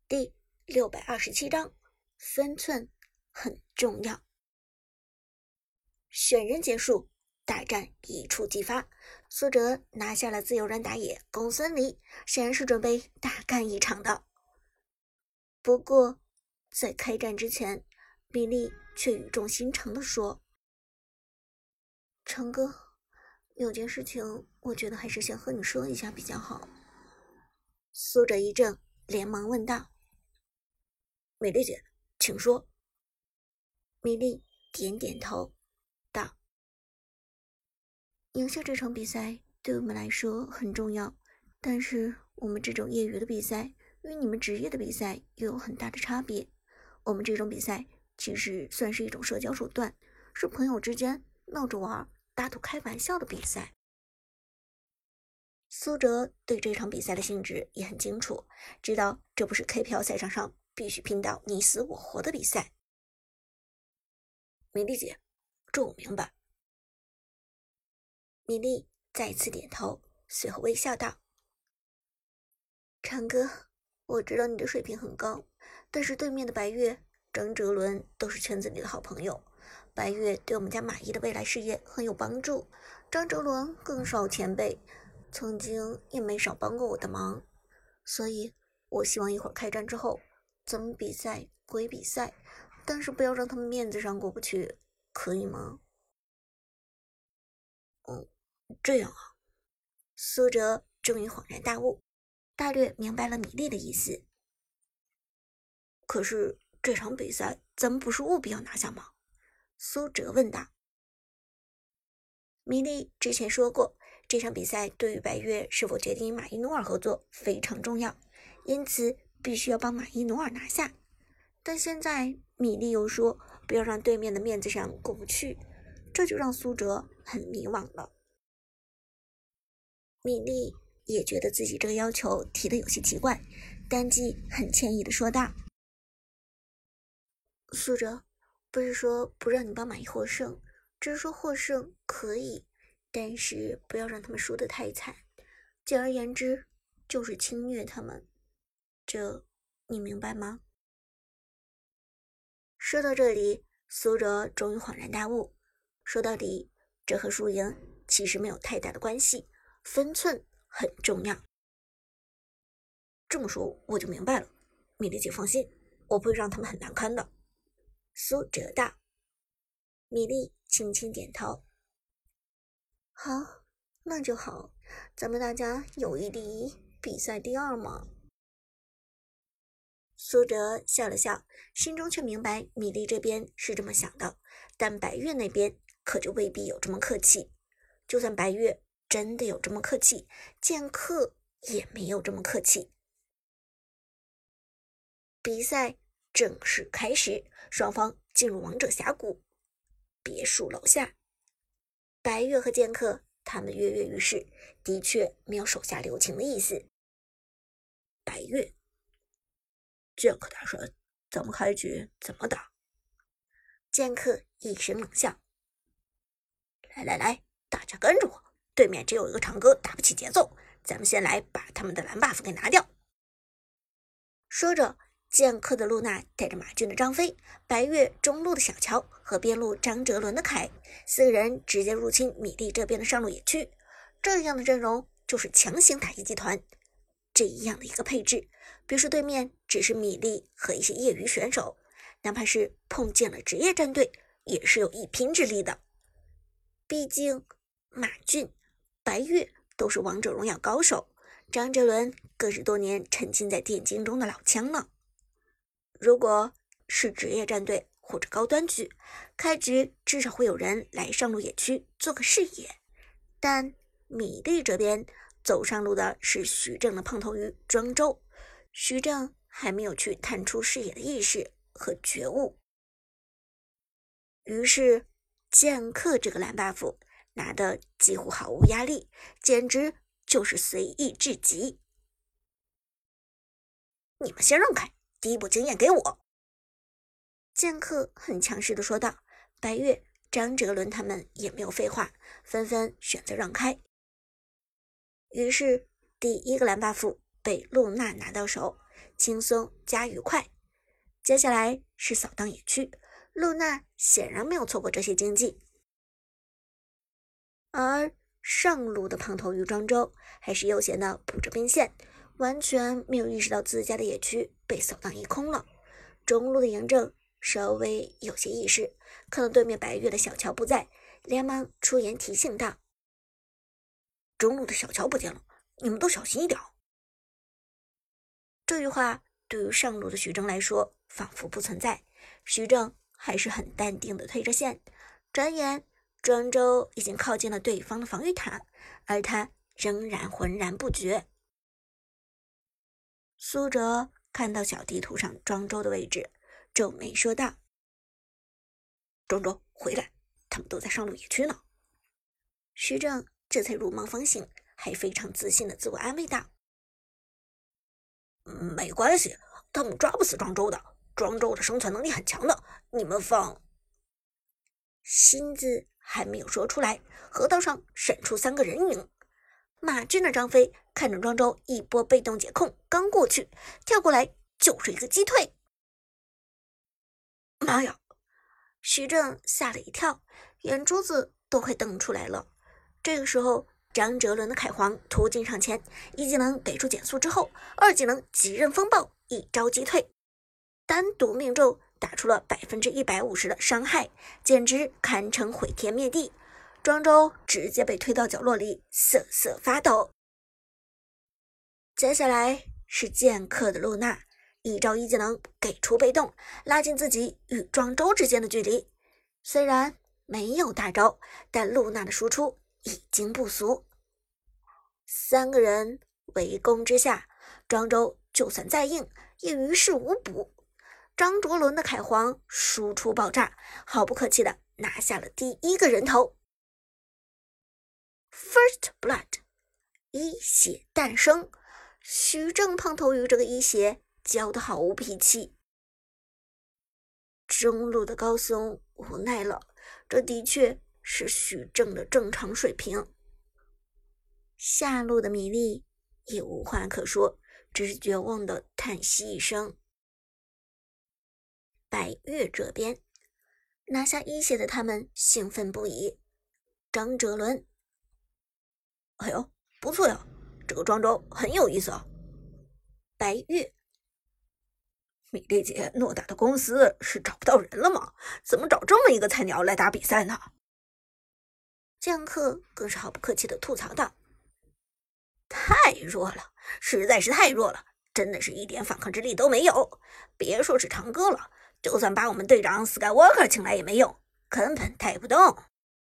第627章，分寸很重要。选人结束，大战一触即发，苏哲拿下了自由人打野公孙离，显然是准备大干一场的。不过在开战之前，米莉却语重心长地说：成哥，有件事情我觉得还是先和你说一下比较好。苏哲一怔，连忙问道： 米莉姐，请说。 米莉点点头道：赢下这场比赛对我们来说很重要，但是我们这种业余的比赛与你们职业的比赛又有很大的差别。我们这种比赛其实算是一种社交手段，是朋友之间闹着玩、打赌开玩笑的比赛。苏哲对这场比赛的性质也很清楚，知道这不是 KPL 赛场上必须拼到你死我活的比赛。 米莉姐，这我明白。 米莉再次点头，随后微笑道：长哥，我知道你的水平很高，但是对面的白月、张哲伦都是圈子里的好朋友。白月对我们家马毅的未来事业很有帮助，张哲伦更是好前辈，曾经也没少帮过我的忙。所以我希望一会儿开战之后，咱们比赛归比赛，但是不要让他们面子上过不去，可以吗？ 这样啊。 苏哲终于恍然大悟，大略明白了米莉的意思。 可是这场比赛咱们不是务必要拿下吗？ 苏哲问道。米莉之前说过，这场比赛对于白月是否决定与马伊努尔合作非常重要，因此必须要帮马伊努尔拿下。但现在米莉又说不要让对面的面子上过不去，这就让苏哲很迷惘了。米莉也觉得自己这个要求提得有些奇怪，当即很歉意地说道：苏哲，不是说不让你帮马伊获胜，只是说获胜可以，但是不要让他们输得太惨，简而言之就是侵略他们，这你明白吗？说到这里，苏哲终于恍然大悟，说到底这和输赢其实没有太大的关系，分寸很重要。 这么说我就明白了，米莉姐放心，我不会让他们很难堪的。 苏哲道。米莉轻轻点头。好，那就好，咱们大家友谊第一，比赛第二嘛。苏哲笑了笑，心中却明白米莉这边是这么想的，但白月那边可就未必有这么客气。就算白月真的有这么客气，剑客也没有这么客气。比赛正式开始，双方进入王者峡谷别墅楼下。白月和剑客他们跃跃欲试，的确没有手下留情的意思。 白月，剑客大神，咱们开局怎么打？ 剑客一声冷笑： 来，大家跟着我，对面只有一个长歌打不起节奏，咱们先来把他们的蓝 buff 给拿掉。 说着，剑客的露娜带着马俊的张飞，白月中路的小乔和边路张哲伦的凯，四个人直接入侵米莉这边的上路野区。这样的阵容就是强行打一集团。这样的一个配置，别说对面只是米莉和一些业余选手，哪怕是碰见了职业战队，也是有一拼之力的。毕竟马俊、白月都是王者荣耀高手，张哲伦更是多年沉浸在电竞中的老枪了。如果是职业战队或者高端局，开局至少会有人来上路野区做个视野，但米莉这边走上路的是徐正的碰头鱼庄周，徐正还没有去探出视野的意识和觉悟。于是剑客这个蓝 buff 拿的几乎毫无压力，简直就是随意至极。 你们先让开，第一步经验给我。 剑客很强势的说道。白月、张哲伦他们也没有废话，纷纷选择让开。于是第一个蓝 buff 被露娜拿到手， 轻松加愉快。接下来是扫荡野区，露娜显然没有错过这些经济。而上路的胖头鱼庄周还是悠闲地补着兵线，完全没有意识到自家的野区被扫荡一空了。中路的嬴政稍微有些意识，看到对面白月的小乔不在，连忙出言提醒道：“ 中路的小乔不见了，你们都小心一点。” 这句话对于上路的徐峥来说仿佛不存在，徐峥还是很淡定地推着线，转眼庄周已经靠近了对方的防御塔，而他仍然浑然不觉。苏哲看到小地图上庄周的位置，皱眉说道：“ 庄周，回来，他们都在上路野区呢。” 徐峥这才如梦方醒，还非常自信地自我安慰道：“ 没关系，他们抓不死庄周的，庄周的生存能力很强的，你们放。” 心字还没有说出来，河道上闪出3个人影。马军的张飞看着庄周一波被动解控，刚过去，跳过来就是一个击退。 妈呀！ 徐峥吓了一跳，眼珠子都快瞪出来了。这个时候，张哲伦的凯皇突进上前，一技能给出减速之后，二技能极刃风暴一招击退，单独命中打出了150%的伤害，简直堪称毁天灭地。庄周直接被推到角落里，瑟瑟发抖。接下来是剑客的露娜，一招一技能给出被动，拉近自己与庄周之间的距离。虽然没有大招，但露娜的输出已经不俗。3个人围攻之下，庄周就算再硬也于事无补。张卓伦的凯皇输出爆炸，毫不客气地拿下了第1个人头。First Blood， 一血诞生。徐峥胖头鱼这个一血教得毫无脾气。中路的高松无奈了，这的确是徐峥的正常水平。下路的米粒也无话可说，只是绝望地叹息一声。白月这边拿下一血的他们兴奋不已。张哲伦：“ 哎呦，不错呀，这个庄周很有意思啊。” 白月：“ 米粒姐诺打的公司是找不到人了吗？怎么找这么一个菜鸟来打比赛呢？” 剑客更是毫不客气地吐槽道：“ 太弱了，实在是太弱了，真的是一点反抗之力都没有。别说是长歌了，就算把我们队长 Skywalker 请来也没用，根本带不动。”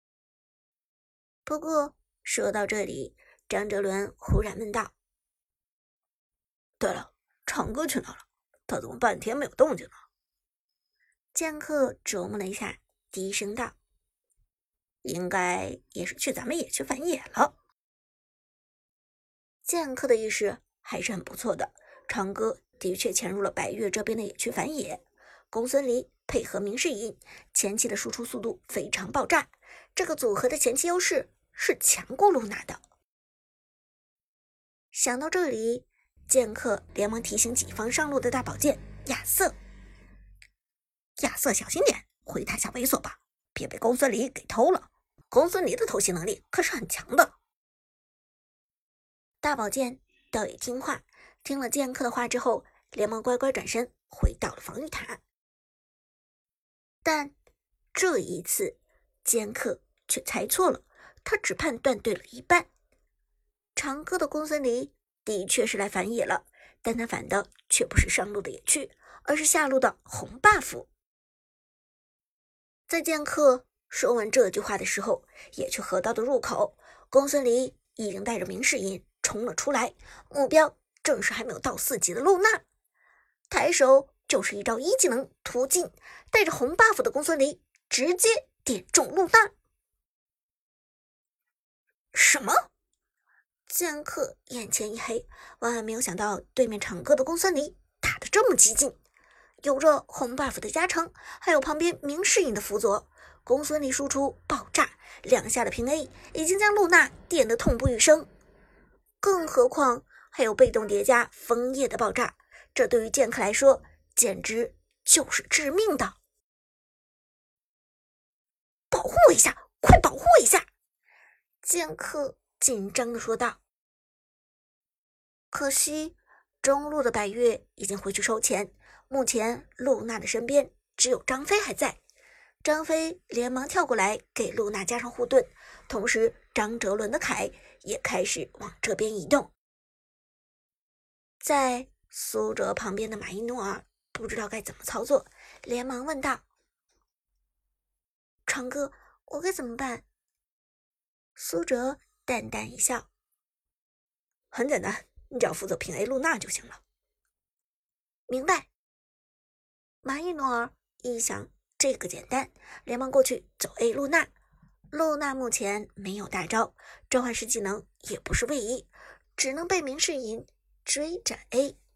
不过说到这里，张哲伦忽然问道：“ 对了，长歌去哪了？他怎么半天没有动静呢？” 剑客琢磨了一下，低声道：“ 应该也是去咱们野区反野了。” 剑客的意识还是很不错的，长歌的确潜入了白月这边的野区反野。公孙离配合明世隐，前期的输出速度非常爆炸，这个组合的前期优势是强过露娜的。想到这里，剑客连忙提醒己方上路的大宝剑亚瑟：“ 亚瑟小心点，回台下猥琐吧，别被公孙离给偷了。公孙离的偷袭能力可是很强的。” 大宝剑倒也听话，听了剑客的话之后，连忙乖乖转身回到了防御塔。但这一次，剑客却猜错了，他只判断对了一半。长歌的公孙离的确是来反野了，但他反的却不是上路的野区，而是下路的红 buff。在剑客说完这句话的时候，野区河道的入口，公孙离已经带着明世隐冲了出来，目标正是还没有到4级的露娜。抬手就是一招一技能突进，带着红 buff 的公孙离直接点中露娜。 什么？ 剑客眼前一黑，万万没有想到对面长歌的公孙离打得这么激进。有着红 buff 的加成，还有旁边明世隐的辅佐，公孙离输出爆炸，2下的平 A 已经将露娜电得痛不欲生。更何况还有被动叠加枫叶的爆炸， 这对于剑客来说简直就是致命的。 保护我一下，快保护我一下！ 剑客紧张地说道。可惜中路的白月已经回去收钱，目前露娜的身边只有张飞还在。张飞连忙跳过来给露娜加上护盾，同时张哲伦的铠也开始往这边移动。在苏哲旁边的马伊诺尔不知道该怎么操作，连忙问道：长哥，我该怎么办？苏哲淡淡一笑： 很简单，你只要负责平 A 露娜就行了。 明白。马伊诺尔一想这个简单，连忙过去走 A 露娜。露娜目前没有大招，召唤师技能也不是位移，只能被明世隐追斩 A。